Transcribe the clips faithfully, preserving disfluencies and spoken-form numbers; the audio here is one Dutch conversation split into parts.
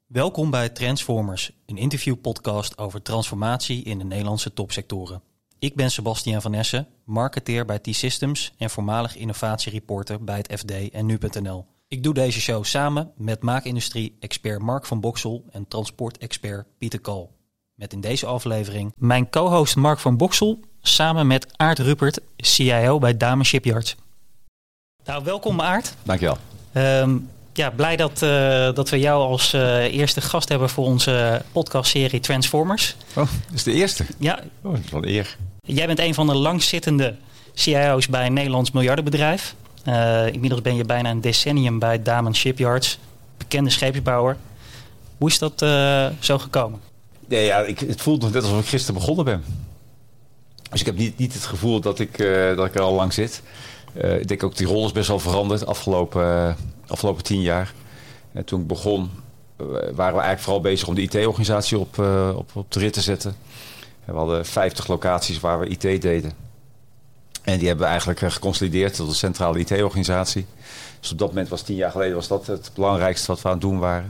Welkom bij Transformers, een interviewpodcast over transformatie in de Nederlandse topsectoren. Ik ben Sebastiaan van Essen, marketeer bij T-Systems en voormalig innovatiereporter bij het F D en nu punt n l. Ik doe deze show samen met maakindustrie-expert Mark van Boxel en transportexpert Pieter Kal. Met in deze aflevering mijn co-host Mark van Boxel samen met Aart Ruppert, C I O bij Damen Shipyards. Nou, welkom Aart. Dankjewel. Um, Ja, blij dat, uh, dat we jou als uh, eerste gast hebben voor onze podcastserie Transformers. Oh, dat is de eerste? Ja. Oh, dat is wel een eer. Jij bent een van de langzittende C I O's bij een Nederlands miljardenbedrijf. Uh, inmiddels ben je bijna een decennium bij Damen Shipyards, bekende scheepsbouwer. Hoe is dat uh, zo gekomen? Nee, ja, ik, het voelt nog net alsof ik gisteren begonnen ben. Dus ik heb niet, niet het gevoel dat ik, uh, dat ik er al lang zit. Uh, ik denk ook die rol is best wel veranderd afgelopen... Uh, afgelopen tien jaar. En toen ik begon, uh, waren we eigenlijk vooral bezig om de I T-organisatie op, uh, op, op de rit te zetten. En we hadden vijftig locaties waar we I T deden. En die hebben we eigenlijk uh, geconsolideerd tot een centrale I T-organisatie. Dus op dat moment, was tien jaar geleden, was dat het belangrijkste wat we aan het doen waren.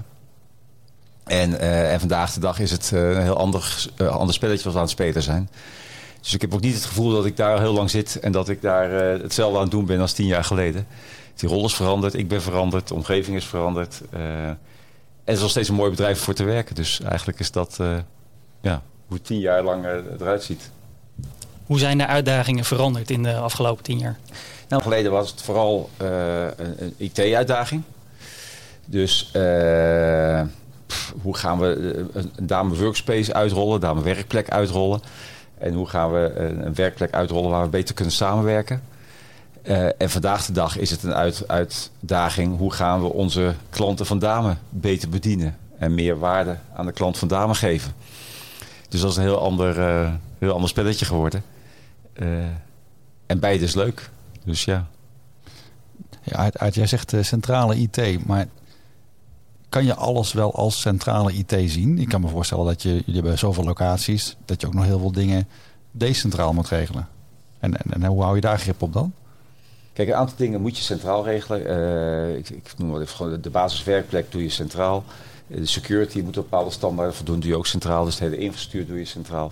En, uh, en vandaag de dag is het uh, een heel ander, uh, ander spelletje wat we aan het spelen zijn. Dus ik heb ook niet het gevoel dat ik daar heel lang zit en dat ik daar uh, hetzelfde aan het doen ben als tien jaar geleden. Die rol is veranderd, ik ben veranderd, de omgeving is veranderd. Uh, en het is nog steeds een mooi bedrijf voor te werken. Dus eigenlijk is dat uh, ja, hoe het tien jaar lang uh, eruit ziet. Hoe zijn de uitdagingen veranderd in de afgelopen tien jaar? Nou, geleden was het vooral uh, een, een I T-uitdaging. Dus uh, pff, hoe gaan we een, een Damen Workspace uitrollen, een Damen Werkplek uitrollen. En hoe gaan we een, een werkplek uitrollen waar we beter kunnen samenwerken. Uh, en vandaag de dag is het een uit, uitdaging. Hoe gaan we onze klanten van Damen beter bedienen? En meer waarde aan de klant van Damen geven. Dus dat is een heel ander, uh, heel ander spelletje geworden. Uh, en beide is leuk. Dus ja. Ja, uit, uit, jij zegt uh, centrale I T. Maar kan je alles wel als centrale I T zien? Ik kan me voorstellen dat je, jullie hebben zoveel locaties. Dat je ook nog heel veel dingen decentraal moet regelen. En, en, en hoe hou je daar grip op dan? Kijk, een aantal dingen moet je centraal regelen. Uh, ik, ik noem wel even gewoon de basiswerkplek doe je centraal. Uh, de security moet op bepaalde standaarden voldoen, doe je ook centraal. Dus de hele infrastructuur doe je centraal.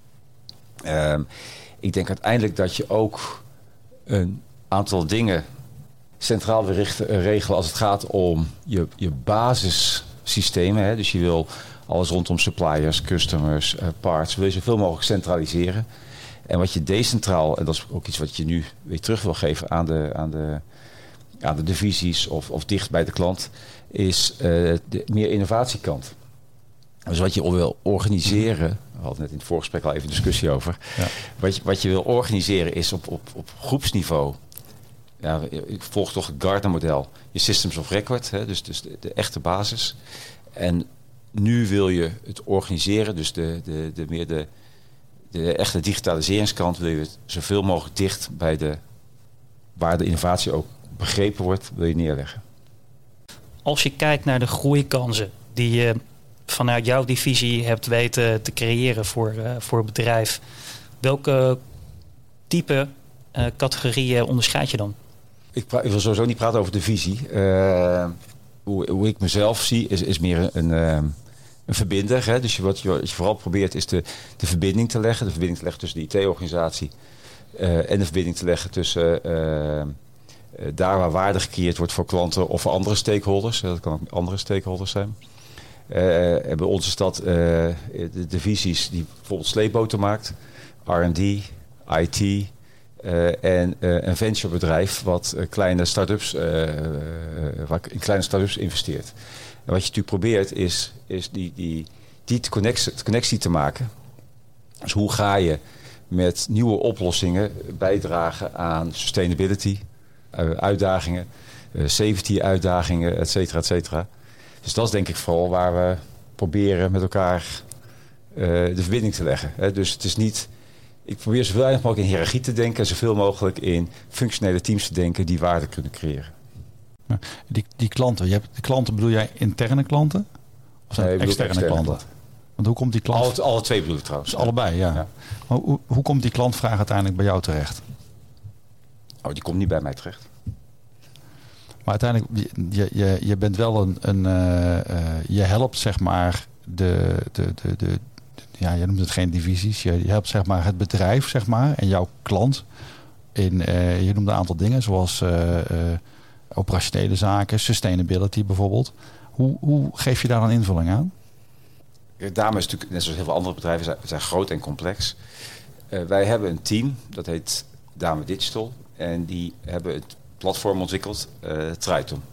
Uh, ik denk uiteindelijk dat je ook een aantal dingen centraal wil richten, uh, regelen als het gaat om je, je basissystemen. Hè? Dus je wil alles rondom suppliers, customers, uh, parts, wil je zoveel mogelijk centraliseren. En wat je decentraal, en dat is ook iets wat je nu weer terug wil geven aan de, aan de, aan de divisies of, of dicht bij de klant, is uh, de meer innovatiekant. Dus wat je wil organiseren, we hadden net in het voorgesprek al even discussie over. Ja. Wat, je, wat je wil organiseren is op, op, op groepsniveau. Ja, ik volg toch het Gartner-model. Je systems of record, hè, dus, dus de, de echte basis. En nu wil je het organiseren, dus de, de, de meer de De echte digitaliseringskant wil je zoveel mogelijk dicht bij de waar de innovatie ook begrepen wordt, wil je neerleggen. Als je kijkt naar de groeikansen die je vanuit jouw divisie hebt weten te creëren voor, uh, voor het bedrijf, welke type uh, categorieën onderscheid je dan? Ik, pra- ik wil sowieso niet praten over de visie. Uh, hoe, hoe ik mezelf zie is, is meer een... Uh, Een verbinder, hè? Dus je, wat, je, wat je vooral probeert is de, de verbinding te leggen. De verbinding te leggen tussen de I T-organisatie uh, en de verbinding te leggen tussen uh, uh, daar waar waarde gecreëerd wordt voor klanten of voor andere stakeholders. Dat kan ook andere stakeholders zijn. Uh, en bij ons is dat uh, de divisies die bijvoorbeeld sleepboten maakt, R en D, I T uh, en uh, een venturebedrijf wat uh, kleine start-ups, uh, uh, wat in kleine start-ups investeert. En wat je natuurlijk probeert is, is die, die, die connectie, connectie te maken. Dus hoe ga je met nieuwe oplossingen bijdragen aan sustainability, uh, uitdagingen, uh, safety uitdagingen, et cetera, et cetera. Dus dat is denk ik vooral waar we proberen met elkaar uh, de verbinding te leggen. Hè. Dus het is niet... Ik probeer zoveel mogelijk in hiërarchie te denken en zoveel mogelijk in functionele teams te denken die waarde kunnen creëren. Ja, die, die klanten, je hebt, de klanten bedoel jij interne klanten? Of zijn nee, het externe, externe klanten? klanten? Want hoe komt die klant... Alle, alle twee bedoel ik trouwens. Dus allebei, ja. ja. Maar hoe, hoe komt die klantvraag uiteindelijk bij jou terecht? Oh, die komt niet bij mij terecht. Maar uiteindelijk, je, je, je bent wel een... een uh, uh, je helpt zeg maar de... de, de, de ja, je noemt het geen divisies. Je, je helpt zeg maar het bedrijf zeg maar en jouw klant. In, uh, je noemde een aantal dingen zoals uh, uh, operationele zaken, sustainability bijvoorbeeld. Hoe, hoe geef je daar een invulling aan? Dame is natuurlijk, net zoals heel veel andere bedrijven, zijn, zijn groot en complex. Uh, wij hebben een team, dat heet Dame Digital. En die hebben het platform ontwikkeld, uh, Triton.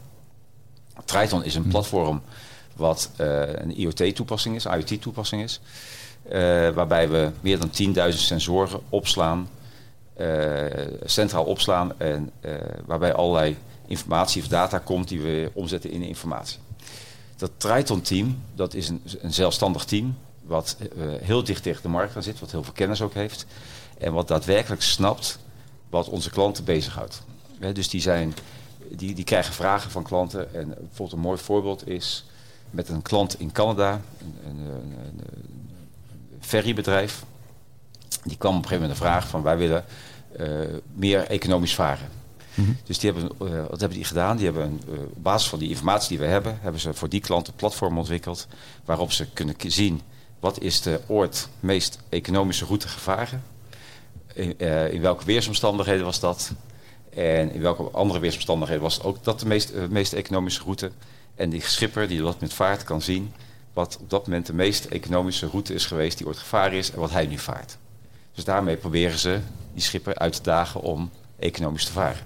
Triton is een platform wat uh, een I O T-toepassing is, I O T-toepassing is. Uh, waarbij we meer dan tienduizend sensoren opslaan, uh, centraal opslaan. En uh, waarbij allerlei informatie of data komt die we omzetten in informatie. Dat Triton-team, dat is een, een zelfstandig team wat uh, heel dicht tegen de markt aan zit, wat heel veel kennis ook heeft. En wat daadwerkelijk snapt wat onze klanten bezighoudt. He, dus die, zijn, die, die krijgen vragen van klanten. En bijvoorbeeld een mooi voorbeeld is met een klant in Canada, een, een, een, een ferrybedrijf. Die kwam op een gegeven moment een vraag van wij willen uh, meer economisch varen. Mm-hmm. Dus die hebben, uh, wat hebben die gedaan? Die hebben uh, op basis van die informatie die we hebben, hebben ze voor die klant een platform ontwikkeld waarop ze kunnen zien wat is de ooit meest economische route gevaren. In, uh, in welke weersomstandigheden was dat? En in welke andere weersomstandigheden was ook dat de meest, uh, meest economische route? En die schipper die dat met vaart kan zien wat op dat moment de meest economische route is geweest die ooit gevaren is en wat hij nu vaart. Dus daarmee proberen ze die schipper uit te dagen om economisch te varen.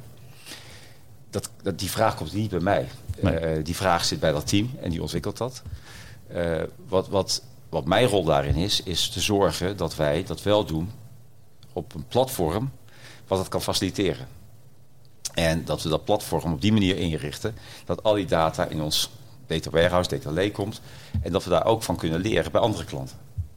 Dat, dat, die vraag komt niet bij mij. Nee. Uh, die vraag zit bij dat team en die ontwikkelt dat. Uh, wat, wat, wat mijn rol daarin is, is te zorgen dat wij dat wel doen op een platform wat het kan faciliteren. En dat we dat platform op die manier inrichten dat al die data in ons data warehouse, data lake komt en dat we daar ook van kunnen leren bij andere klanten.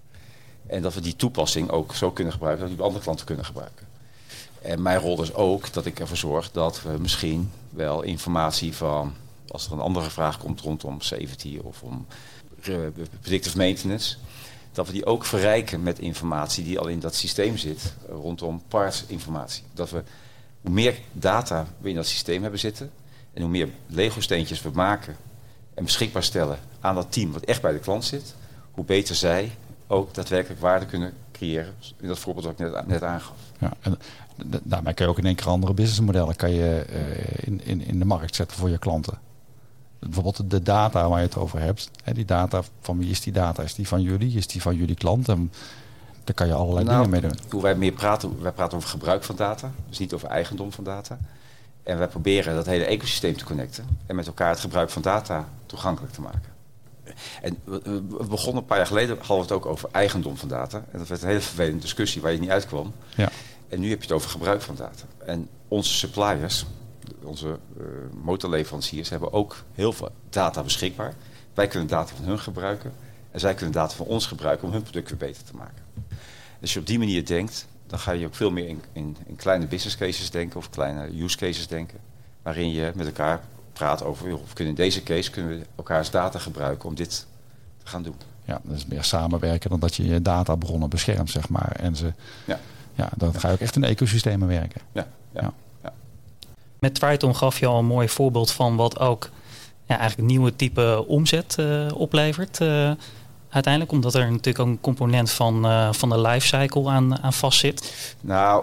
En dat we die toepassing ook zo kunnen gebruiken dat we die bij andere klanten kunnen gebruiken. En mijn rol is ook dat ik ervoor zorg dat we misschien wel informatie van, als er een andere vraag komt rondom safety of om predictive maintenance, dat we die ook verrijken met informatie die al in dat systeem zit, rondom parts informatie. Dat we, hoe meer data we in dat systeem hebben zitten en hoe meer Lego-steentjes we maken en beschikbaar stellen aan dat team wat echt bij de klant zit, hoe beter zij ook daadwerkelijk waarde kunnen creëren. In dat voorbeeld dat ik net, net aangaf. Ja, en daarmee kan je ook in één keer andere businessmodellen kan je, uh, in, in, in de markt zetten voor je klanten. Bijvoorbeeld de data waar je het over hebt. Hè, die data, van wie is die data? Is die van jullie? Is die van jullie klant? En daar kan je allerlei nou, dingen mee doen. Hoe wij meer praten, wij praten over gebruik van data. Dus niet over eigendom van data. En wij proberen dat hele ecosysteem te connecten. En met elkaar het gebruik van data toegankelijk te maken. En we begonnen een paar jaar geleden, hadden we het ook over eigendom van data. En dat werd een hele vervelende discussie waar je niet uitkwam. Ja. En nu heb je het over gebruik van data. En onze suppliers, onze uh, motorleveranciers, hebben ook heel veel data beschikbaar. Wij kunnen data van hun gebruiken. En zij kunnen data van ons gebruiken om hun product weer beter te maken. Als je op die manier denkt, dan ga je ook veel meer in, in, in kleine business cases denken of kleine use cases denken. Waarin je met elkaar praat over, joh, we kunnen in deze case kunnen we elkaars data gebruiken om dit te gaan doen. Ja, dat is meer samenwerken dan dat je je databronnen beschermt, zeg maar. En ze, ja. Ja, dan ja. ga je ook echt in ecosystemen werken. Ja, ja, ja. ja. Met Triton gaf je al een mooi voorbeeld van wat ook ja, eigenlijk nieuwe type omzet uh, oplevert. Uh, uiteindelijk, omdat er natuurlijk ook een component van, uh, van de lifecycle aan, aan vast zit. Nou,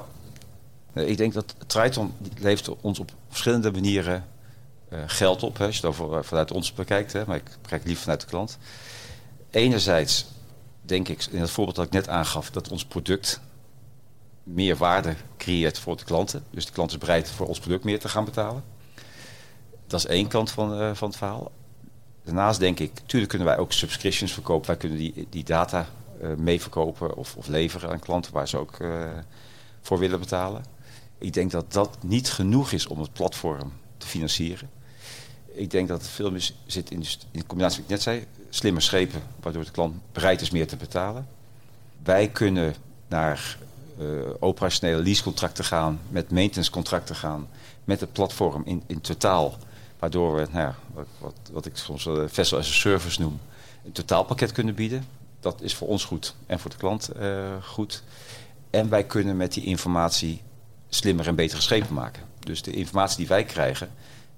ik denk dat Triton levert ons op verschillende manieren uh, geld op. Hè, als je het over, vanuit ons bekijkt, hè, maar ik bekijk liever vanuit de klant. Enerzijds denk ik, in het voorbeeld dat ik net aangaf, dat ons product meer waarde creëert voor de klanten. Dus de klant is bereid voor ons product meer te gaan betalen. Dat is één kant van, uh, van het verhaal. Daarnaast denk ik, natuurlijk kunnen wij ook subscriptions verkopen. Wij kunnen die, die data uh, mee verkopen of, of leveren aan klanten waar ze ook uh, voor willen betalen. Ik denk dat dat niet genoeg is om het platform te financieren. Ik denk dat het veel meer zit in de, in de combinatie wat ik net zei. Slimme schepen, waardoor de klant bereid is meer te betalen. Wij kunnen naar uh, operationele leasecontracten gaan, met maintenancecontracten gaan, met het platform in, in totaal. Waardoor we, nou ja, wat, wat, wat ik soms uh, vessel as a service noem, een totaalpakket kunnen bieden. Dat is voor ons goed en voor de klant uh, goed. En wij kunnen met die informatie slimmer en betere schepen maken. Dus de informatie die wij krijgen,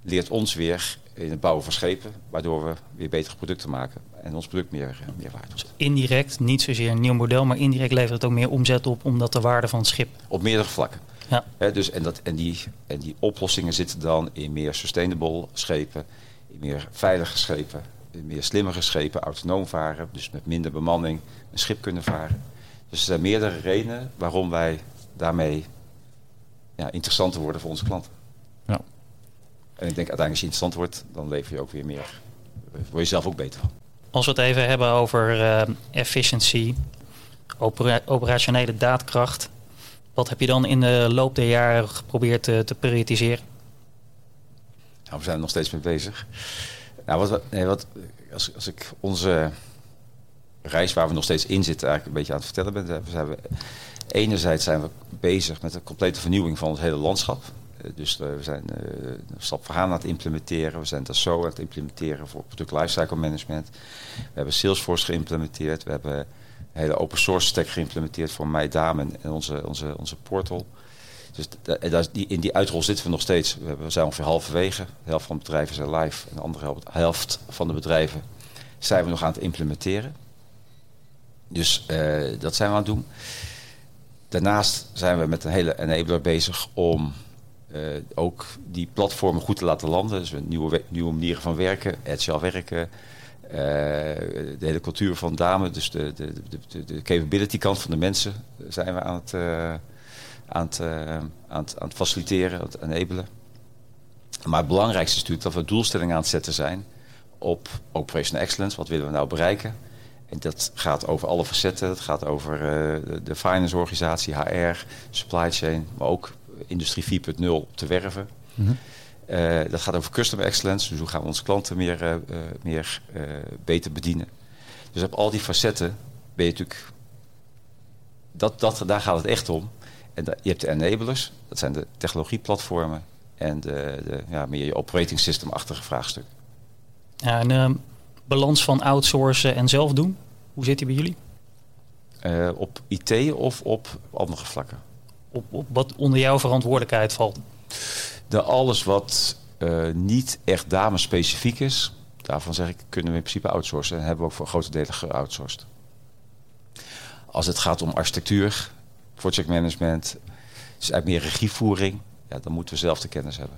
leert ons weer in het bouwen van schepen, waardoor we weer betere producten maken en ons product meer, meer waard wordt. Dus indirect, niet zozeer een nieuw model, maar indirect levert het ook meer omzet op, omdat de waarde van het schip... Op meerdere vlakken. Ja. He, dus, en, dat, en, die, en die oplossingen zitten dan in meer sustainable schepen, in meer veilige schepen, in meer slimmere schepen, autonoom varen, dus met minder bemanning een schip kunnen varen. Dus er zijn meerdere redenen waarom wij daarmee ja, interessanter worden voor onze klanten. Ja. En ik denk uiteindelijk als je interessant wordt, dan lever je ook weer meer. Word je zelf ook beter van. Als we het even hebben over uh, efficiency, opera- operationele daadkracht. Wat heb je dan in de loop der jaren geprobeerd te, te prioritiseren? Nou, we zijn er nog steeds mee bezig. Nou, wat, nee, wat, als, als ik onze reis waar we nog steeds in zitten eigenlijk een beetje aan het vertellen ben. We zijn we, enerzijds zijn we bezig met een complete vernieuwing van ons hele landschap. Dus we zijn uh, stap voor gaan aan het implementeren. We zijn dat zo aan het implementeren voor product lifecycle management. We hebben Salesforce geïmplementeerd. We hebben een hele open source stack geïmplementeerd voor MyDamen en onze, onze, onze portal. Dus da, die, in die uitrol zitten we nog steeds. We, hebben, we zijn ongeveer halverwege. De helft van de bedrijven zijn live. En de andere helft van de bedrijven zijn we nog aan het implementeren. Dus uh, dat zijn we aan het doen. Daarnaast zijn we met een hele enabler bezig om uh, ook die platformen goed te laten landen. Dus nieuwe, nieuwe manieren van werken, agile werken. Uh, de hele cultuur van Damen, dus de, de, de, de capability kant van de mensen zijn we aan het, uh, aan het, uh, aan het, aan het faciliteren, aan het enabelen. Maar het belangrijkste is natuurlijk dat we doelstellingen aan het zetten zijn op operational excellence. Wat willen we nou bereiken? En dat gaat over alle facetten. Het gaat over uh, de finance organisatie, H R, supply chain, maar ook industrie vier punt nul op te werven. Mm-hmm. Uh, dat gaat over customer excellence. Dus hoe gaan we onze klanten meer, uh, meer uh, beter bedienen. Dus op al die facetten ben je natuurlijk... Dat, dat, daar gaat het echt om. En da, je hebt de enablers. Dat zijn de technologieplatformen. En de, de, ja, meer je operating system-achtige vraagstukken. Ja, en uh, balans van outsourcen en zelf doen. Hoe zit die bij jullie? Uh, op I T of op andere vlakken? Op, op wat onder jouw verantwoordelijkheid valt? De alles wat uh, niet echt damespecifiek is, daarvan zeg ik, kunnen we in principe outsourcen. En hebben we ook voor grote delen geoutsourced. Als het gaat om architectuur, project management, dus eigenlijk meer regievoering, ja, dan moeten we zelf de kennis hebben.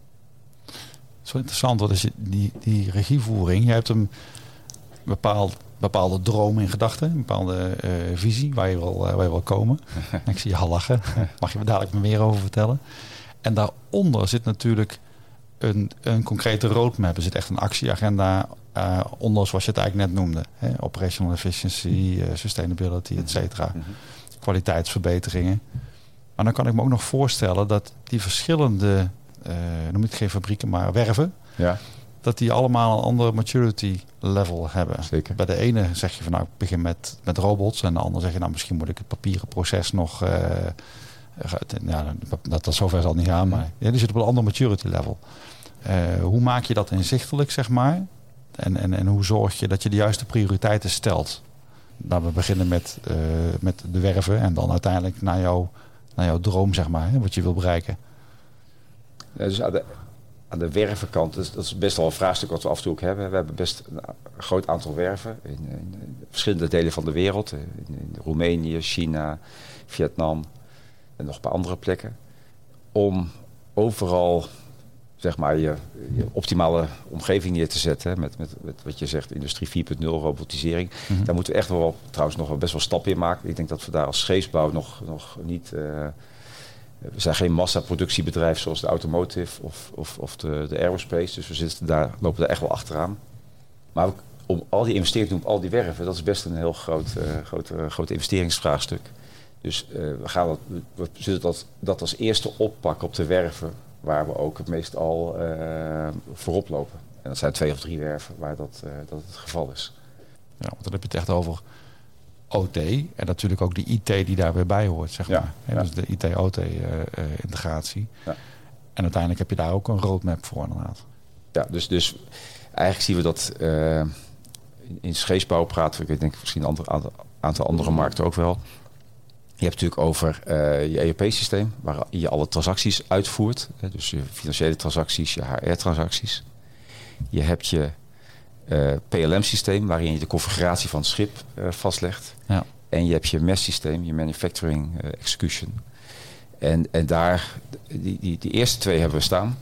Zo interessant, wat is je, die, die regievoering? Je hebt een bepaald, bepaalde droom in gedachten, een bepaalde uh, visie waar je wil, uh, waar je wil komen. Ik zie je al lachen, mag je me dadelijk meer over vertellen. En daaronder zit natuurlijk een, een concrete roadmap. Er zit echt een actieagenda uh, onder, zoals je het eigenlijk net noemde. Hè? Operational efficiency, uh, sustainability, et cetera. Mm-hmm. Kwaliteitsverbeteringen. Maar dan kan ik me ook nog voorstellen dat die verschillende, uh, noem ik geen fabrieken, maar werven, ja, dat die allemaal een andere maturity level hebben. Zeker. Bij de ene zeg je van nou, ik begin met, met robots. En de ander zeg je nou, misschien moet ik het papieren proces nog... Uh, Ja, dat, dat zover zal niet gaan, maar ja, die zit op een ander maturity level. Uh, hoe maak je dat inzichtelijk, zeg maar? En, en, en hoe zorg je dat je de juiste prioriteiten stelt? Nou, we beginnen met, uh, met de werven en dan uiteindelijk naar, jou, naar jouw droom, zeg maar, hè, wat je wil bereiken. Ja, dus aan de, aan de wervenkant, dus dat is best wel een vraagstuk wat we af en toe ook hebben. We hebben best een groot aantal werven in, in, in verschillende delen van de wereld. In, in Roemenië, China, Vietnam... en nog een paar andere plekken, om overal zeg maar je, je optimale omgeving neer te zetten, met, met, met wat je zegt, industrie vier punt nul, robotisering. Mm-hmm. Daar moeten we echt wel, trouwens nog wel best wel stappen in maken. Ik denk dat we daar als scheepsbouw nog, nog niet... Uh, we zijn geen massaproductiebedrijf zoals de automotive of, of, of de, de aerospace, dus we zitten daar, lopen daar echt wel achteraan. Maar om al die investeringen te doen op al die werven, dat is best een heel groot, uh, groot, uh, groot investeringsvraagstuk. Dus uh, we gaan dat, we zullen dat, dat als eerste oppakken op de werven waar we ook het meest al uh, voorop lopen. En dat zijn twee of drie werven waar dat, uh, dat het geval is. Ja, want dan heb je het echt over O T en natuurlijk ook die I T die daar weer bij hoort, zeg maar. Ja, ja. Dus de I T-O T-integratie. Uh, uh, ja. En uiteindelijk heb je daar ook een roadmap voor inderdaad. Ja, dus, dus eigenlijk zien we dat uh, in, in scheepsbouw praten we, ik denk misschien een ander, aantal andere markten ook wel. Je hebt natuurlijk over uh, je E R P-systeem, waar je alle transacties uitvoert. Hè, dus je financiële transacties, je H R-transacties. Je hebt je uh, P L M-systeem, waarin je de configuratie van het schip uh, vastlegt. Ja. En je hebt je M E S-systeem, je Manufacturing uh, Execution. En, en daar, die, die, die eerste twee hebben we staan.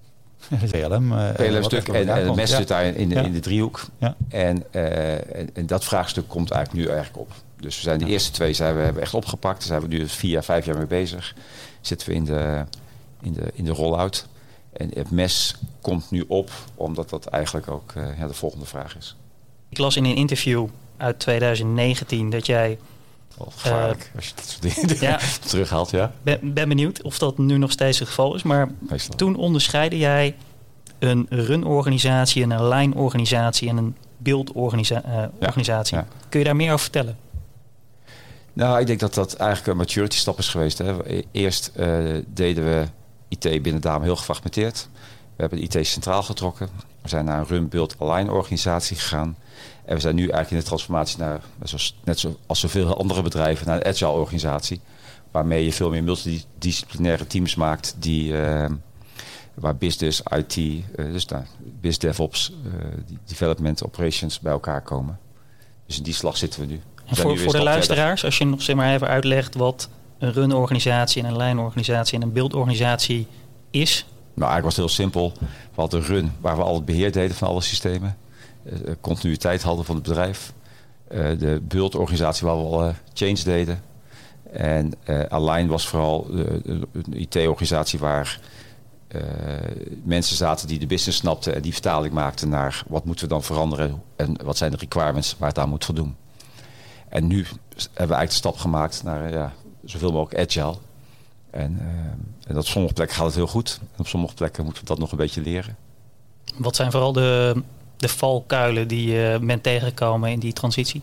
P L M. Uh, P L M-stuk en, en het M E S zit daar in de, ja. in de driehoek. Ja. En, uh, en, en dat vraagstuk komt eigenlijk nu eigenlijk op. Dus we zijn de ja. eerste twee zijn we, hebben we echt opgepakt. Daar zijn we nu vier, vijf jaar mee bezig. Zitten we in de, in de, in de roll-out. En het M E S komt nu op, omdat dat eigenlijk ook uh, ja, de volgende vraag is. Ik las in een interview uit twintig negentien dat jij... Wel gevaarlijk, uh, als je dat soort dingen ja, terughaalt, ja. Ben, ben benieuwd of dat nu nog steeds het geval is. Maar Meestal. Toen onderscheidde jij een run-organisatie, een line-organisatie en een build-organisatie. Ja, ja. Kun je daar meer over vertellen? Nou, ik denk dat dat eigenlijk een maturity stap is geweest. Hè. Eerst uh, deden we I T binnen Dame heel gefragmenteerd. We hebben de I T centraal getrokken. We zijn naar een run-build-align-organisatie gegaan. En we zijn nu eigenlijk in de transformatie naar, net zoals zoveel andere bedrijven, naar een agile organisatie. Waarmee je veel meer multidisciplinaire teams maakt die, uh, waar business, I T, uh, dus nou, biz DevOps, uh, development, operations bij elkaar komen. Dus in die slag zitten we nu. We en voor voor de luisteraars, verder. Als je nog zeg maar even uitlegt wat een run-organisatie en een line-organisatie en een build-organisatie is. Nou, eigenlijk was het heel simpel. We hadden run, waar we al het beheer deden van alle systemen. Uh, continuïteit hadden van het bedrijf. Uh, de build-organisatie waar we al uh, change deden. En uh, Align was vooral uh, een I T-organisatie waar uh, mensen zaten die de business snapten en die vertaling maakten naar wat moeten we dan veranderen en wat zijn de requirements waar het aan moet voldoen. En nu hebben we eigenlijk de stap gemaakt naar ja, zoveel mogelijk agile. En, uh, en op sommige plekken gaat het heel goed. En op sommige plekken moeten we dat nog een beetje leren. Wat zijn vooral de, de valkuilen die je uh, bent tegengekomen in die transitie?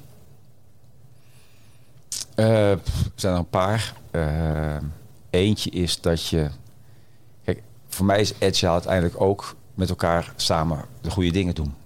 Uh, er zijn er een paar. Uh, eentje is dat je... Kijk, voor mij is agile uiteindelijk ook met elkaar samen de goede dingen doen.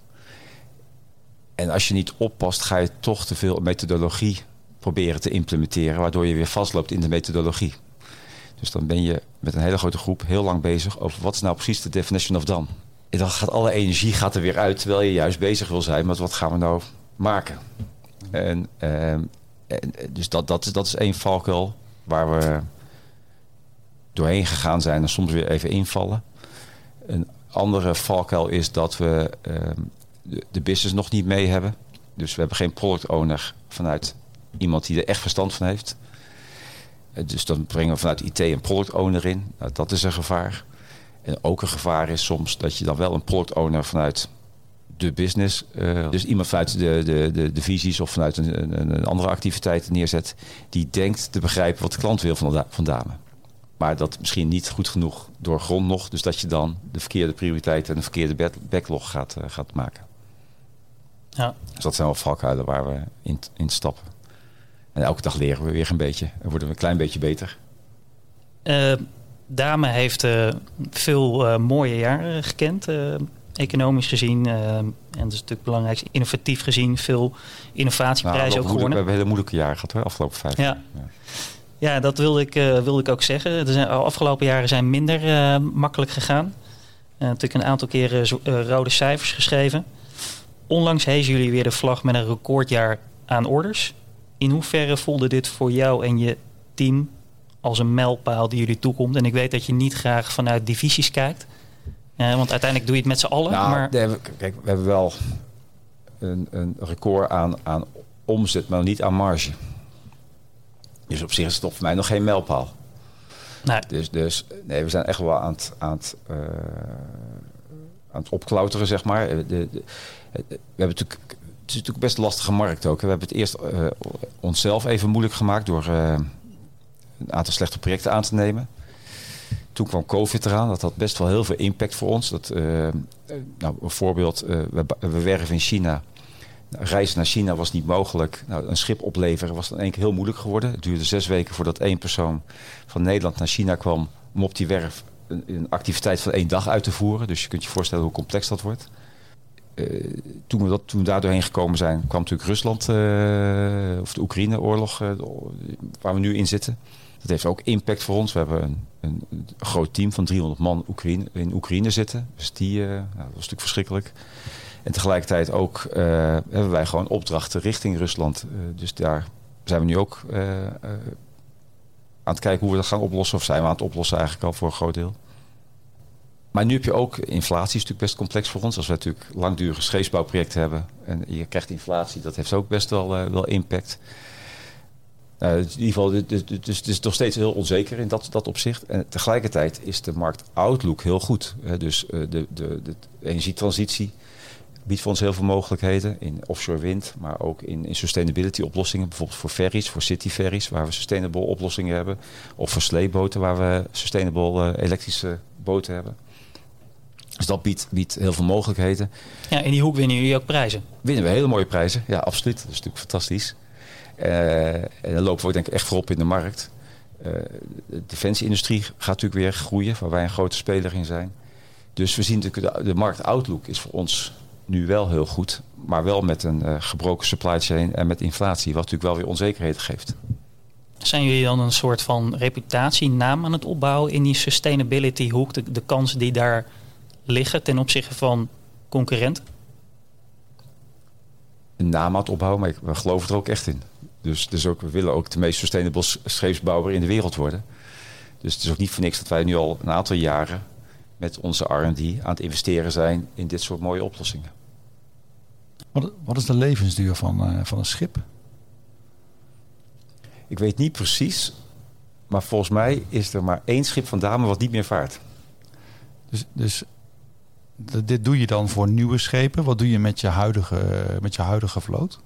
En als je niet oppast, ga je toch te veel methodologie proberen te implementeren, waardoor je weer vastloopt in de methodologie. Dus dan ben je met een hele grote groep heel lang bezig over wat is nou precies de definition of done. En dan gaat alle energie gaat er weer uit, terwijl je juist bezig wil zijn met wat gaan we nou maken. En, uh, en dus dat, dat, is, dat is één valkuil waar we doorheen gegaan zijn en soms weer even invallen. Een andere valkuil is dat we uh, de, de business nog niet mee hebben. Dus we hebben geen product owner vanuit iemand die er echt verstand van heeft. Dus dan brengen we vanuit I T een product owner in. Nou, dat is een gevaar. En ook een gevaar is soms dat je dan wel een product owner vanuit de business, uh, dus iemand vanuit de, de, de, de visies of vanuit een, een, een andere activiteit neerzet, die denkt te begrijpen wat de klant wil van, van Dame. Maar dat misschien niet goed genoeg doorgrond nog, dus dat je dan de verkeerde prioriteiten en de verkeerde backlog gaat, uh, gaat maken. Ja. Dus dat zijn wel valkuilen waar we in, in stappen. En elke dag leren we weer een beetje en worden we een klein beetje beter. Uh, Dame heeft uh, veel uh, mooie jaren gekend, uh, economisch gezien. Uh, en dat is natuurlijk belangrijk, innovatief gezien, veel innovatieprijzen nou, ook gewonnen. We hebben hele moeilijke jaren gehad hoor, afgelopen vijf jaar. Ja. Ja. Ja, dat wilde ik, uh, wilde ik ook zeggen. De afgelopen jaren zijn minder uh, makkelijk gegaan. Uh, natuurlijk een aantal keren uh, rode cijfers geschreven. Onlangs hezen jullie weer de vlag met een recordjaar aan orders. In hoeverre voelde dit voor jou en je team als een mijlpaal die jullie toekomt? En ik weet dat je niet graag vanuit divisies kijkt. Uh, want uiteindelijk doe je het met z'n allen. Nou, maar... nee, kijk, we hebben wel een, een record aan, aan omzet, maar niet aan marge. Dus op zich is het voor mij nog geen mijlpaal. Nee. Dus, dus nee, we zijn echt wel aan het, aan het, uh, aan het opklauteren, zeg maar. De, de, de, we hebben natuurlijk, het is natuurlijk best een lastige markt ook. We hebben het eerst uh, onszelf even moeilijk gemaakt door uh, een aantal slechte projecten aan te nemen. Toen kwam COVID eraan. Dat had best wel heel veel impact voor ons. Dat, uh, nou, een voorbeeld, uh, we, we werven in China. Reizen naar China was niet mogelijk. Nou, een schip opleveren was dan in één keer heel moeilijk geworden. Het duurde zes weken voordat één persoon van Nederland naar China kwam om op die werf een, een activiteit van één dag uit te voeren. Dus je kunt je voorstellen hoe complex dat wordt. uh, toen, we dat, toen we daar doorheen gekomen zijn, kwam natuurlijk Rusland, uh, of de Oekraïne-oorlog, uh, waar we nu in zitten. Dat heeft ook impact voor ons. We hebben een, een, een groot team van driehonderd man Oekraïne, in Oekraïne zitten. Dus die, uh, nou, dat was natuurlijk verschrikkelijk. En tegelijkertijd ook uh, hebben wij gewoon opdrachten richting Rusland. Uh, dus daar zijn we nu ook uh, uh, aan het kijken hoe we dat gaan oplossen. Of zijn we aan het oplossen eigenlijk al voor een groot deel. Maar nu heb je ook, inflatie is natuurlijk best complex voor ons. Als we natuurlijk langdurige scheepsbouwprojecten hebben en je krijgt inflatie, dat heeft ook best wel, uh, wel impact. Uh, in ieder geval, dus, dus het is nog steeds heel onzeker in dat, dat opzicht. En tegelijkertijd is de marktoutlook heel goed. Uh, dus uh, de, de, de energietransitie biedt voor ons heel veel mogelijkheden in offshore wind, maar ook in, in sustainability oplossingen. Bijvoorbeeld voor ferries, voor city ferries, waar we sustainable oplossingen hebben. Of voor sleepboten, waar we sustainable uh, elektrische boten hebben. Dus dat biedt, biedt heel veel mogelijkheden. Ja, in die hoek winnen jullie ook prijzen. Winnen we hele mooie prijzen, ja, absoluut. Dat is natuurlijk fantastisch. Uh, en dan lopen we denk ik echt voorop in de markt. Uh, de defensieindustrie gaat natuurlijk weer groeien, waar wij een grote speler in zijn. Dus we zien natuurlijk de, de marktoutlook is voor ons nu wel heel goed, maar wel met een uh, gebroken supply chain en met inflatie, wat natuurlijk wel weer onzekerheid geeft. Zijn jullie dan een soort van reputatienaam aan het opbouwen in die sustainability hoek, de, de kansen die daar liggen ten opzichte van concurrenten? Een naam aan het opbouwen, maar ik, we geloven er ook echt in. Dus, dus ook, we willen ook de meest sustainable scheepsbouwer in de wereld worden. Dus het is ook niet voor niks dat wij nu al een aantal jaren met onze R en D aan het investeren zijn in dit soort mooie oplossingen. Wat, wat is de levensduur van, uh, van een schip? Ik weet niet precies, maar volgens mij is er maar één schip van Damen wat niet meer vaart. Dus, dus d- dit doe je dan voor nieuwe schepen. Wat doe je met je huidige, met je huidige vloot?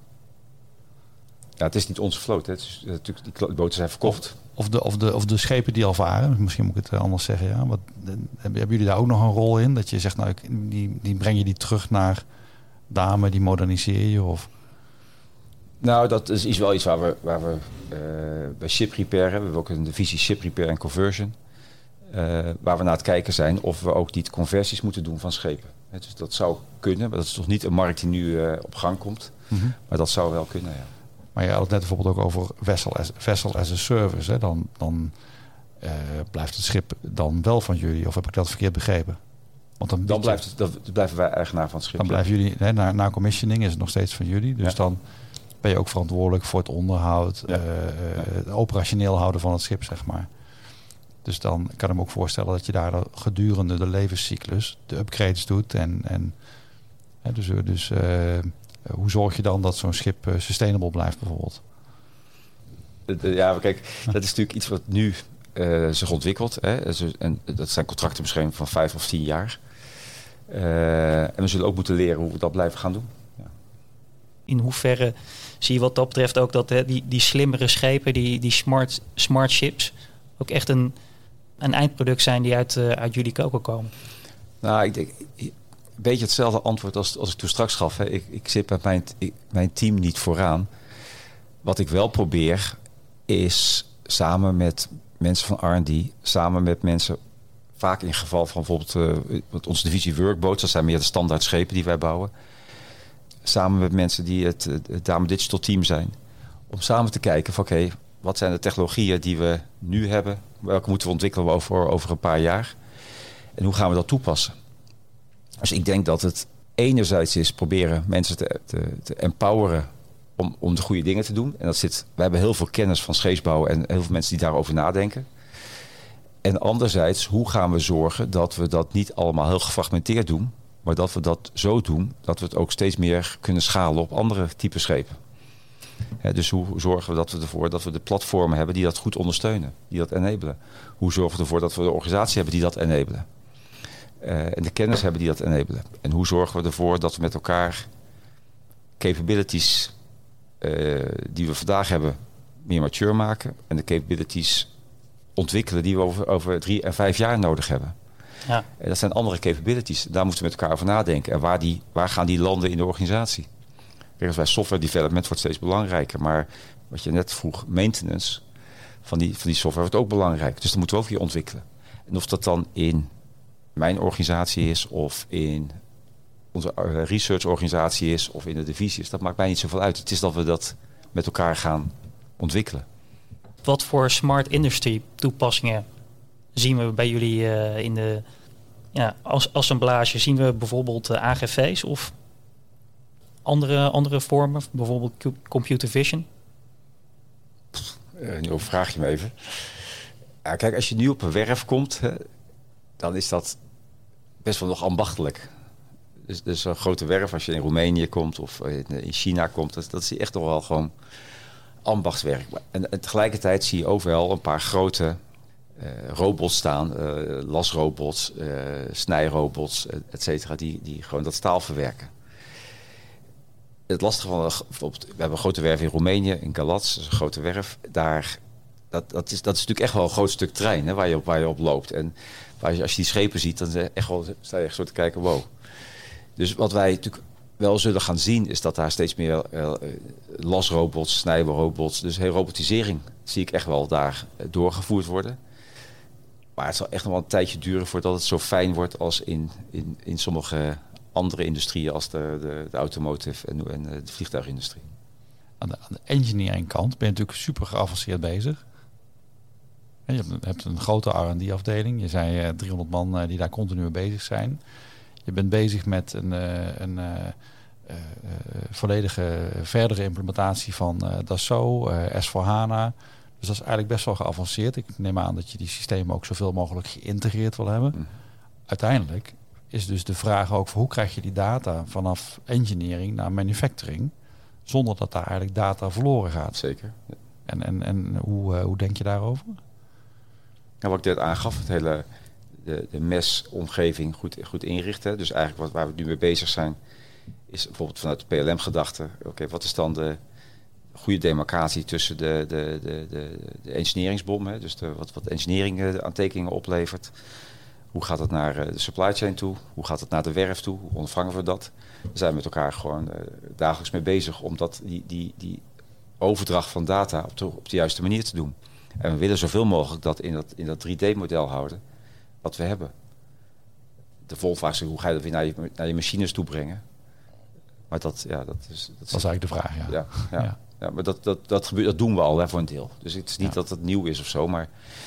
Ja, het is niet onze vloot. Hè. Het is, natuurlijk, die boten zijn verkocht. Of de, of, de, of de schepen die al varen. Misschien moet ik het anders zeggen. Ja. Wat, hebben jullie daar ook nog een rol in? Dat je zegt, nou, die, die breng je die terug naar Damen, die moderniseer je? Of? Nou, dat is iets, wel iets waar we, waar we uh, bij Ship Repair hebben. We hebben ook een divisie Ship Repair en Conversion. Uh, waar we naar het kijken zijn of we ook niet conversies moeten doen van schepen. He, dus dat zou kunnen, maar dat is toch niet een markt die nu uh, op gang komt. Mm-hmm. Maar dat zou wel kunnen, ja. Maar je had het net bijvoorbeeld ook over vessel as, vessel as a service. Hè? Dan, dan uh, blijft het schip dan wel van jullie. Of heb ik dat verkeerd begrepen? Want dan, dan, blijft het, dan blijven wij eigenaar van het schip. Dan blijven jullie, hè, na, na commissioning is het nog steeds van jullie. Dus ja. Dan ben je ook verantwoordelijk voor het onderhoud. Ja. Uh, ja. Het operationeel houden van het schip, zeg maar. Dus dan kan ik me ook voorstellen dat je daar gedurende de levenscyclus de upgrades doet. En, en hè, dus, dus uh, hoe zorg je dan dat zo'n schip uh, sustainable blijft bijvoorbeeld? Ja, kijk, dat is natuurlijk iets wat nu uh, zich ontwikkelt. Hè. En dat zijn contracten misschien van vijf of tien jaar. Uh, en we zullen ook moeten leren hoe we dat blijven gaan doen. Ja. In hoeverre zie je wat dat betreft ook dat hè, die, die slimmere schepen, die, die smart, smart ships, ook echt een, een eindproduct zijn die uit, uh, uit jullie koken komen? Nou, ik denk een beetje hetzelfde antwoord als, als ik toen straks gaf. Hè. Ik, ik zit met mijn, ik, mijn team niet vooraan. Wat ik wel probeer is samen met mensen van R en D, samen met mensen, vaak in geval van bijvoorbeeld uh, onze divisie Workboats, dat zijn meer de standaard schepen die wij bouwen, samen met mensen die het, het Damen Digital team zijn, om samen te kijken van oké, okay, wat zijn de technologieën die we nu hebben, welke moeten we ontwikkelen over, over een paar jaar en hoe gaan we dat toepassen. Dus ik denk dat het enerzijds is proberen mensen te, te, te empoweren om, om de goede dingen te doen. En dat zit, we hebben heel veel kennis van scheepsbouw en heel veel mensen die daarover nadenken. En anderzijds, hoe gaan we zorgen dat we dat niet allemaal heel gefragmenteerd doen, maar dat we dat zo doen dat we het ook steeds meer kunnen schalen op andere typen schepen. He, dus hoe zorgen we dat we ervoor dat we de platformen hebben die dat goed ondersteunen, die dat enabelen. Hoe zorgen we ervoor dat we de organisatie hebben die dat enabelen. Uh, en de kennis hebben die dat enabelen. En hoe zorgen we ervoor dat we met elkaar capabilities uh, die we vandaag hebben meer mature maken. En de capabilities ontwikkelen die we over, over drie en vijf jaar nodig hebben. Ja. En dat zijn andere capabilities. Daar moeten we met elkaar over nadenken. En waar, die, waar gaan die landen in de organisatie? Kijk, als wij software development wordt steeds belangrijker. Maar wat je net vroeg, maintenance van die, van die software wordt ook belangrijk. Dus dat moeten we ook weer ontwikkelen. En of dat dan in mijn organisatie is of in onze uh, researchorganisatie is of in de divisie is, dat maakt mij niet zoveel uit. Het is dat we dat met elkaar gaan ontwikkelen. Wat voor smart industry toepassingen zien we bij jullie uh, in de ja, als assemblage? Zien we bijvoorbeeld uh, A G V's of andere, andere vormen, bijvoorbeeld computer vision? Uh, nu overvraag je me even. Ja, kijk, als je nu op een werf komt, hè, dan is dat best wel nog ambachtelijk. Dus, dus een grote werf, als je in Roemenië komt of in, in China komt, dat, dat is echt nog wel gewoon ambachtswerk. En, en tegelijkertijd zie je overal een paar grote uh, robots staan, uh, lasrobots, uh, snijrobots, et cetera, die, die gewoon dat staal verwerken. Het lastige van, bijvoorbeeld, we hebben een grote werf in Roemenië, in Galați, dat is een grote werf. Daar, dat, dat, is, dat is natuurlijk echt wel een groot stuk terrein, hè, waar, je op, waar je op loopt. En waar je, als je die schepen ziet, dan echt wel, sta je echt zo te kijken, wow. Dus wat wij natuurlijk wel zullen gaan zien, is dat daar steeds meer uh, lasrobots, snijrobots, dus heel robotisering zie ik echt wel daar uh, doorgevoerd worden. Maar het zal echt nog wel een tijdje duren voordat het zo fijn wordt als in, in, in sommige andere industrieën als de, de, de automotive en, en de vliegtuigindustrie. Aan de, aan de engineering kant ben je natuurlijk super geavanceerd bezig. Je hebt, hebt een grote R en D-afdeling. Je zei uh, driehonderd man uh, die daar continu mee bezig zijn. Je bent bezig met een, uh, een uh, uh, volledige verdere implementatie van uh, Dassault, uh, S vier HANA. Dus dat is eigenlijk best wel geavanceerd. Ik neem aan dat je die systemen ook zoveel mogelijk geïntegreerd wil hebben. Mm. Uiteindelijk is dus de vraag ook voor hoe krijg je die data vanaf engineering naar manufacturing, zonder dat daar eigenlijk data verloren gaat. Zeker. Ja. En, en, en hoe, uh, hoe denk je daarover? Nou, wat ik net aangaf, het hele de, de mesomgeving goed, goed inrichten. Dus eigenlijk wat, waar we nu mee bezig zijn, is bijvoorbeeld vanuit de P L M-gedachte. Oké, okay, wat is dan de goede demarcatie tussen de, de, de, de, de engineeringsbom, hè? Dus de, wat, wat engineering uh, aantekeningen oplevert. Hoe gaat het naar uh, de supply chain toe? Hoe gaat het naar de werf toe? Hoe ontvangen we dat? We zijn met elkaar gewoon uh, dagelijks mee bezig om dat, die, die, die overdracht van data op de, op de juiste manier te doen. En we willen zoveel mogelijk dat in dat, in dat drie D-model houden wat we hebben. De volgende is, hoe ga je dat weer naar je, naar je machines toe brengen? Maar dat, ja, dat is... Dat, dat is eigenlijk de vraag, ja. Ja, ja, ja. ja maar dat, dat, dat, gebeurt, dat doen we al hè, voor een deel. Dus het is niet ja. dat het nieuw is of zo, maar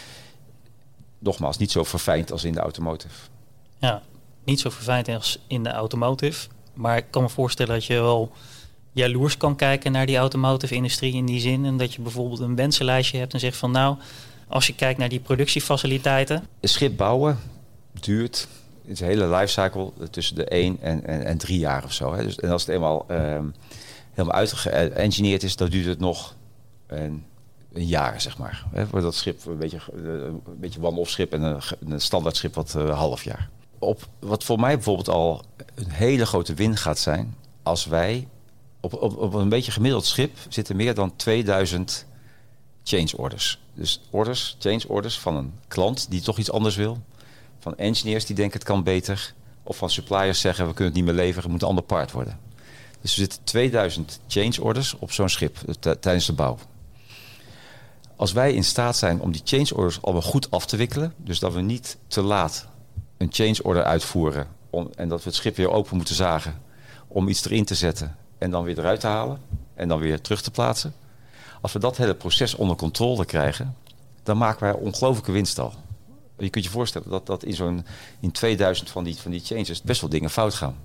nogmaals, niet zo verfijnd als in de automotive. Ja, niet zo verfijnd als in de automotive. Maar ik kan me voorstellen dat je wel jaloers kan kijken naar die automotive-industrie in die zin. En dat je bijvoorbeeld een wensenlijstje hebt en zegt van nou, als je kijkt naar die productiefaciliteiten. Een schip bouwen duurt in zijn hele lifecycle tussen de één en, en, en drie jaar of zo. Hè. Dus, en als het eenmaal um, helemaal uitgeëngineerd is, dan duurt het nog een, een jaar, zeg maar. Hè, voor dat schip een beetje een beetje one-off schip en een, een standaard schip wat een uh, half jaar. Op, wat voor mij bijvoorbeeld al een hele grote win gaat zijn, als wij op, op, op een beetje gemiddeld schip zitten meer dan tweeduizend change orders. Dus orders, change orders van een klant die toch iets anders wil. Van engineers die denken het kan beter. Of van suppliers zeggen we kunnen het niet meer leveren, het moet een ander part worden. Dus er zitten tweeduizend change orders op zo'n schip t- tijdens de bouw. Als wij in staat zijn om die change orders allemaal goed af te wikkelen, dus dat we niet te laat een change order uitvoeren om, en dat we het schip weer open moeten zagen om iets erin te zetten en dan weer eruit te halen en dan weer terug te plaatsen. Als we dat hele proces onder controle krijgen, dan maken wij ongelooflijke winst al. Je kunt je voorstellen dat, dat in zo'n in tweeduizend van die, van die changes best wel dingen fout gaan.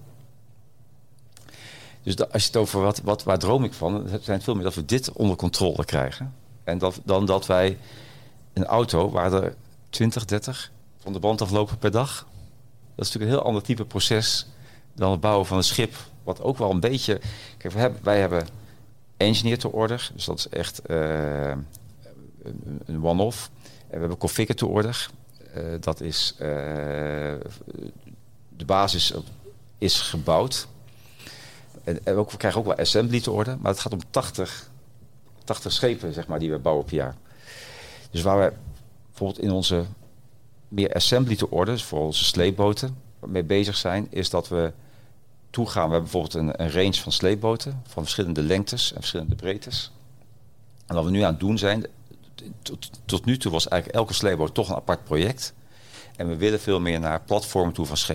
Dus da, als je het over wat, wat, waar droom ik van, het zijn veel meer dat we dit onder controle krijgen. En dat, dan dat wij een auto waar er twintig, dertig van de band aflopen per dag. Dat is natuurlijk een heel ander type proces dan het bouwen van een schip. Wat ook wel een beetje... Kijk, we hebben, wij hebben engineer to order. Dus dat is echt uh, een, een one-off. En we hebben configure to order. Uh, dat is... Uh, de basis is gebouwd. En, en ook, we krijgen ook wel assembly to order. Maar het gaat om tachtig, tachtig schepen, zeg maar, die we bouwen per jaar. Dus waar we bijvoorbeeld in onze meer assembly to order, dus voor onze sleepboten, mee bezig zijn, is dat we toegaan. We hebben bijvoorbeeld een, een range van sleepboten van verschillende lengtes en verschillende breedtes. En wat we nu aan het doen zijn, tot, tot nu toe was eigenlijk elke sleepboot toch een apart project. En we willen veel meer naar platformen toe van schepen.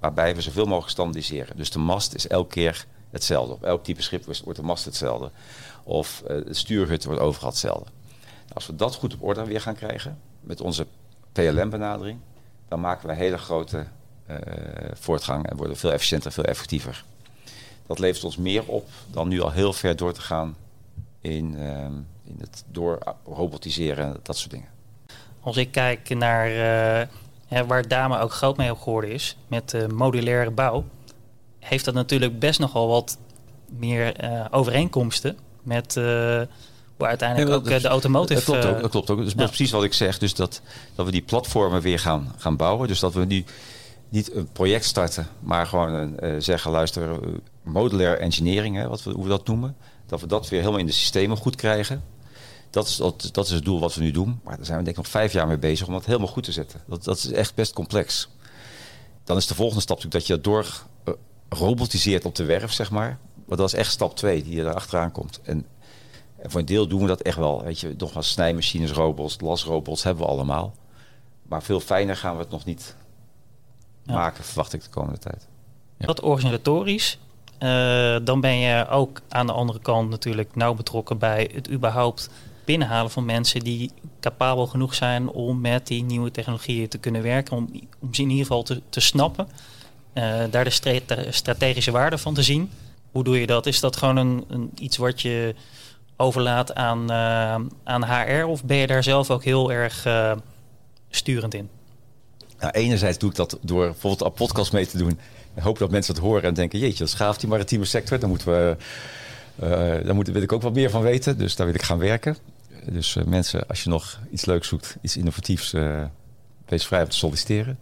waarbij we zoveel mogelijk standaardiseren. Dus de mast is elke keer hetzelfde. Op elk type schip wordt de mast hetzelfde. Of uh, het stuurhut wordt overal hetzelfde. Als we dat goed op orde weer gaan krijgen, met onze P L M-benadering, dan maken we hele grote uh, voortgang en worden veel efficiënter, veel effectiever. Dat levert ons meer op dan nu al heel ver door te gaan in, uh, in het door robotiseren en dat soort dingen. Als ik kijk naar uh, hè, waar Damen ook groot mee op geworden is, met uh, modulaire bouw, heeft dat natuurlijk best nogal wat meer uh, overeenkomsten met uh, hoe uiteindelijk ja, ook dat, de automotive... Dat klopt ook. Dat klopt ook. Dus ja. Dat is precies wat ik zeg. Dus dat, dat we die platformen weer gaan, gaan bouwen. Dus dat we nu niet een project starten, maar gewoon uh, zeggen, luister, uh, modulair engineering, hè, wat we, hoe we dat noemen. Dat we dat weer helemaal in de systemen goed krijgen. Dat is, dat, dat is het doel wat we nu doen. Maar daar zijn we denk ik nog vijf jaar mee bezig om dat helemaal goed te zetten. Dat, dat is echt best complex. Dan is de volgende stap natuurlijk dat je dat door uh, robotiseert op de werf, zeg maar. Maar dat is echt stap twee die er achteraan komt. En, en voor een deel doen we dat echt wel. Weet je, nogmaals, snijmachines, robots, lasrobots hebben we allemaal. Maar veel fijner gaan we het nog niet ja. maken, verwacht ik de komende tijd. Ja. Dat organisatorisch. Uh, dan ben je ook aan de andere kant natuurlijk nauw betrokken bij het überhaupt binnenhalen van mensen die capabel genoeg zijn om met die nieuwe technologieën te kunnen werken. Om, om ze in ieder geval te, te snappen. Uh, daar de strate- strategische waarde van te zien. Hoe doe je dat? Is dat gewoon een, een iets wat je overlaat aan, uh, aan H R? Of ben je daar zelf ook heel erg uh, sturend in? Nou, enerzijds doe ik dat door bijvoorbeeld een podcast mee te doen. Ik hoop dat mensen het horen en denken, jeetje, dat is gaaf, die maritieme sector. Daar, moeten we, uh, daar moet, wil ik ook wat meer van weten. Dus daar wil ik gaan werken. Dus uh, mensen, als je nog iets leuks zoekt, iets innovatiefs, uh, wees vrij om te solliciteren.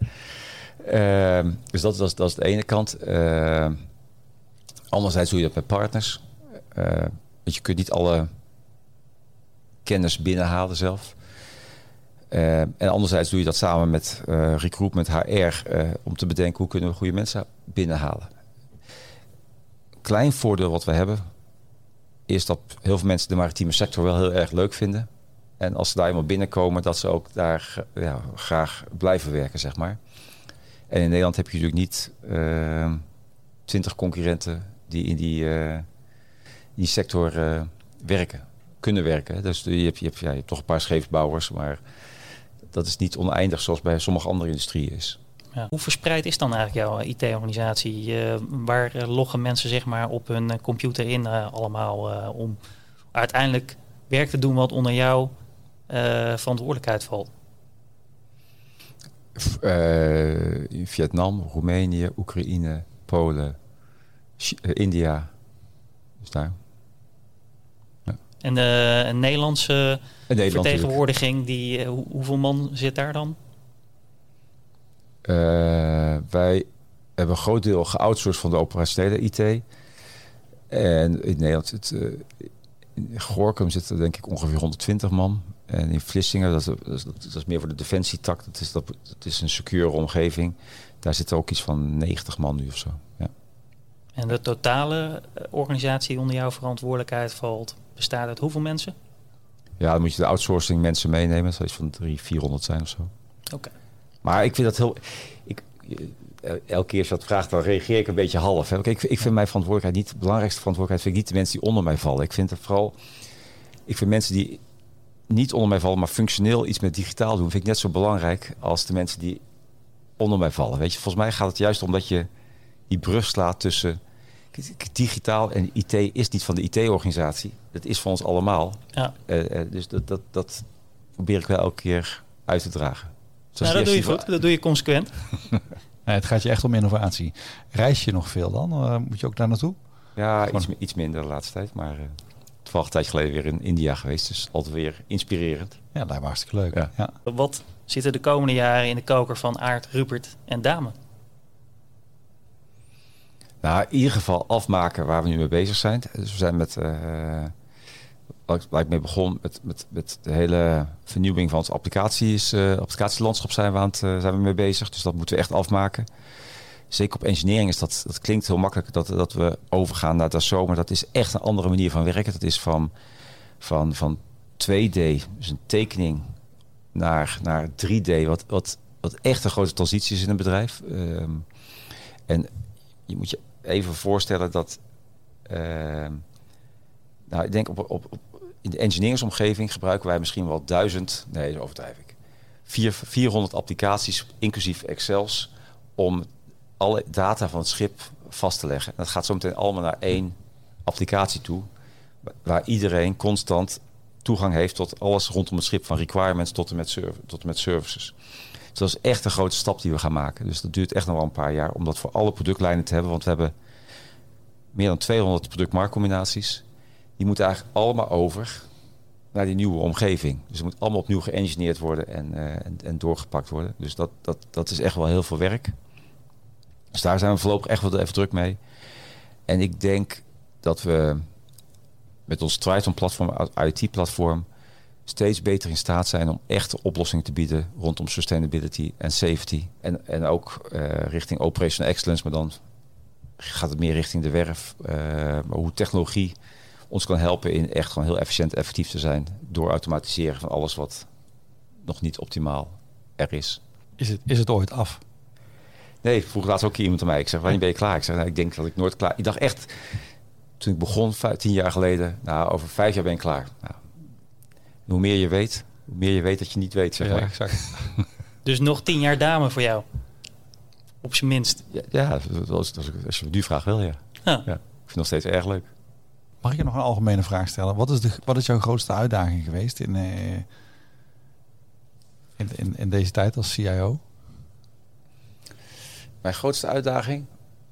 Uh, dus dat, dat, is, dat is de ene kant. Uh, anderzijds doe je dat met partners. Uh, want je kunt niet alle kennis binnenhalen zelf. Uh, en anderzijds doe je dat samen met uh, recruitment, H R, uh, om te bedenken hoe kunnen we goede mensen binnenhalen. Klein voordeel wat we hebben, is dat heel veel mensen de maritieme sector wel heel erg leuk vinden. En als ze daar eenmaal binnenkomen, dat ze ook daar ja, graag blijven werken, zeg maar. En in Nederland heb je natuurlijk niet uh, twintig concurrenten die in die, uh, die sector uh, werken, kunnen werken. Dus je hebt, je, hebt, ja, je hebt toch een paar scheepsbouwers, maar dat is niet oneindig zoals bij sommige andere industrieën is. Ja. Hoe verspreid is dan eigenlijk jouw I T-organisatie? Uh, waar uh, loggen mensen zeg maar op hun uh, computer in uh, allemaal uh, om uiteindelijk werk te doen wat onder jouw uh, verantwoordelijkheid valt? Uh, in Vietnam, Roemenië, Oekraïne, Polen, Ch- uh, India. Dus daar. Ja. En de een Nederlandse een Nederland vertegenwoordiging, die, uh, hoe, hoeveel man zit daar dan? Uh, wij hebben een groot deel geoutsourced van de operationele I T. En in Nederland zit, uh, in Gorinchem zit er denk ik ongeveer honderdtwintig man. En in Vlissingen, dat is, dat is, dat is meer voor de defensietak. Dat is, dat, dat is een secure omgeving. Daar zit ook iets van negentig man nu of zo. Ja. En de totale organisatie die onder jouw verantwoordelijkheid valt, bestaat uit hoeveel mensen? Ja, dan moet je de outsourcing mensen meenemen. Dat zal iets van driehonderd, vierhonderd zijn of zo. Oké. Okay. Maar ik vind dat heel... Ik, elke keer als je dat vraagt, dan reageer ik een beetje half. Hè. Ik, ik vind mijn verantwoordelijkheid niet... De belangrijkste verantwoordelijkheid vind ik niet de mensen die onder mij vallen. Ik vind het vooral... Ik vind mensen die niet onder mij vallen, maar functioneel iets met digitaal doen, vind ik net zo belangrijk als de mensen die onder mij vallen. Weet je, volgens mij gaat het juist om dat je die brug slaat tussen... Digitaal en I T is niet van de I T-organisatie. Dat is van ons allemaal. Ja. Uh, uh, dus dat, dat, dat probeer ik wel elke keer uit te dragen. Nou, dat doe je goed. Dat doe je consequent. Nee, het gaat je echt om innovatie. Reis je nog veel dan? Uh, moet je ook daar naartoe? Ja, iets, iets minder de laatste tijd. Maar uh, toevallig een tijd geleden weer in India geweest. Dus altijd weer inspirerend. Ja, dat lijkt me hartstikke leuk. Ja. Ja. Wat zit er de komende jaren in de koker van Aart, Rupert en Damen? Nou, in ieder geval afmaken waar we nu mee bezig zijn. Dus we zijn met... Uh, waar ik mee begon, met, met, met de hele vernieuwing van ons applicaties, uh, applicatielandschap zijn we, aan het, uh, zijn we mee bezig. Dus dat moeten we echt afmaken. Zeker op engineering is dat, dat klinkt heel makkelijk dat, dat we overgaan naar Dassault, maar dat is echt een andere manier van werken. Dat is van, van, van twee D, dus een tekening, naar, naar drie D, wat, wat, wat echt een grote transitie is in een bedrijf. Um, En je moet je even voorstellen dat... Uh, nou, ik denk op, op, op, in de engineeringsomgeving gebruiken wij misschien wel duizend... Nee, dat overdrijf ik. Vier, vierhonderd applicaties, inclusief Excels... om alle data van het schip vast te leggen. En dat gaat zo meteen allemaal naar één applicatie toe... waar iedereen constant toegang heeft tot alles rondom het schip... van requirements tot en met, serv- tot en met services. Dus dat is echt een grote stap die we gaan maken. Dus dat duurt echt nog wel een paar jaar... om dat voor alle productlijnen te hebben. Want we hebben meer dan tweehonderd productmarktcombinaties. Die moeten eigenlijk allemaal over naar die nieuwe omgeving. Dus het moet allemaal opnieuw geëngineerd worden en, uh, en, en doorgepakt worden. Dus dat, dat, dat is echt wel heel veel werk. Dus daar zijn we voorlopig echt wel even druk mee. En ik denk dat we met ons Triton-platform, I T-platform... steeds beter in staat zijn om echte oplossingen te bieden... rondom sustainability en safety. En, en ook uh, richting operational excellence, maar dan gaat het meer richting de werf. Uh, maar hoe technologie ons kan helpen in echt gewoon heel efficiënt effectief te zijn... door automatiseren van alles wat nog niet optimaal er is. Is het, is het ooit af? Nee, vroeg laatst ook iemand aan mij. Ik zeg, wanneer ben je klaar? Ik zeg, nou, ik denk dat ik nooit klaar... Ik dacht echt, toen ik begon, vijf, tien jaar geleden... nou, over vijf jaar ben ik klaar. Nou, hoe meer je weet, hoe meer je weet dat je niet weet, zeg ja, maar. Exact. Dus nog tien jaar dame voor jou? Op zijn minst. Ja, ja als, als, als je me nu vraagt, wel, ja. Ja. ja. Ik vind het nog steeds erg leuk. Mag ik je nog een algemene vraag stellen? Wat is, de, wat is jouw grootste uitdaging geweest in, uh, in, in, in deze tijd als C I O? Mijn grootste uitdaging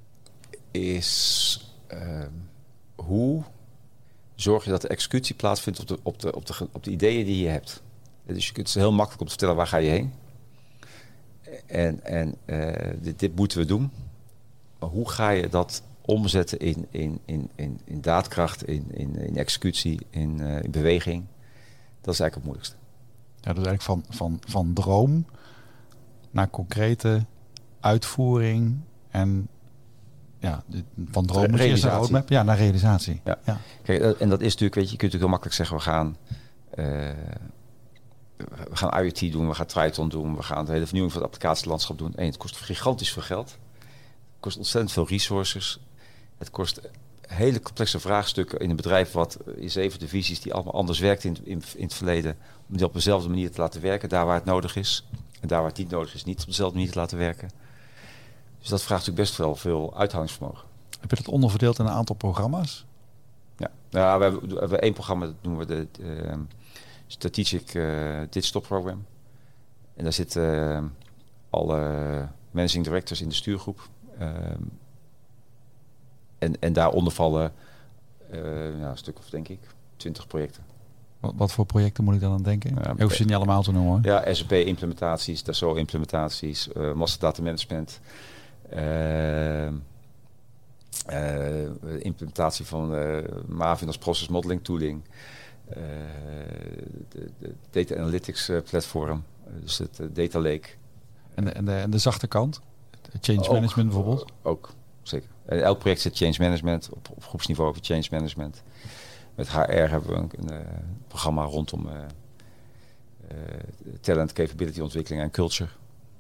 is uh, hoe zorg je dat de executie plaatsvindt op de, op de, op de, op de ideeën die je hebt. Dus je kunt het heel makkelijk om te vertellen waar ga je heen. En, en uh, dit, dit moeten we doen. Maar hoe ga je dat omzetten in, in, in, in, in daadkracht, in, in, in executie, in, uh, in beweging? Dat is eigenlijk het moeilijkste. Ja, dus eigenlijk van, van, van droom naar concrete uitvoering en ja, van droom moet je eerst naar roadmap, ja, naar realisatie. Ja. Ja. Kijk, en dat is natuurlijk, weet je, je kunt natuurlijk heel makkelijk zeggen, we gaan uh, we gaan I O T doen, we gaan Triton doen, we gaan de hele vernieuwing van het applicatielandschap doen. En het kost gigantisch veel geld. Het kost ontzettend veel resources. Het kost hele complexe vraagstukken in een bedrijf wat in zeven divisies die allemaal anders werkt in, in, in het verleden, om die op dezelfde manier te laten werken, daar waar het nodig is. En daar waar het niet nodig is, niet op dezelfde manier te laten werken. Dus dat vraagt natuurlijk best wel veel uithoudingsvermogen. Heb je dat onderverdeeld in een aantal programma's? Ja, nou, we, hebben, we hebben één programma, dat noemen we de, de um, Strategic uh, Digital Program. En daar zitten uh, alle managing directors in de stuurgroep. Um, en, en daaronder vallen uh, ja, een stuk of, denk ik, twintig projecten. Wat, wat voor projecten moet ik dan aan denken? Ja, je hoeft ze niet allemaal te noemen. Ja, S A P-implementaties, Dassault-implementaties, uh, master data management... Uh, uh, implementatie van uh, Maven als process modeling tooling, uh, de, de data analytics uh, platform, uh, dus het uh, data lake. En de, en, de, en de zachte kant? Change ook, management bijvoorbeeld? Uh, ook, zeker. En elk project zit change management, op, op groepsniveau over change management. Met H R hebben we een, een, een programma rondom uh, uh, talent, capability ontwikkeling en culture.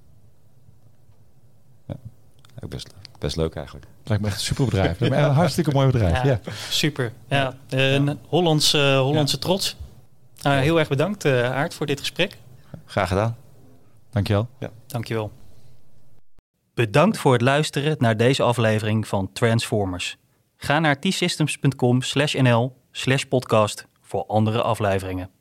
Ja. Ook best, best leuk eigenlijk. Lijkt me echt een super bedrijf. Een hartstikke mooi bedrijf. Ja, ja. Super. Ja, een Hollands, uh, Hollandse ja. trots. Uh, heel erg bedankt, uh, Aart, voor dit gesprek. Graag gedaan. Dankjewel. Ja. Dankjewel. Bedankt voor het luisteren naar deze aflevering van Transformers. Ga naar t systems punt com slash n l slash podcast voor andere afleveringen.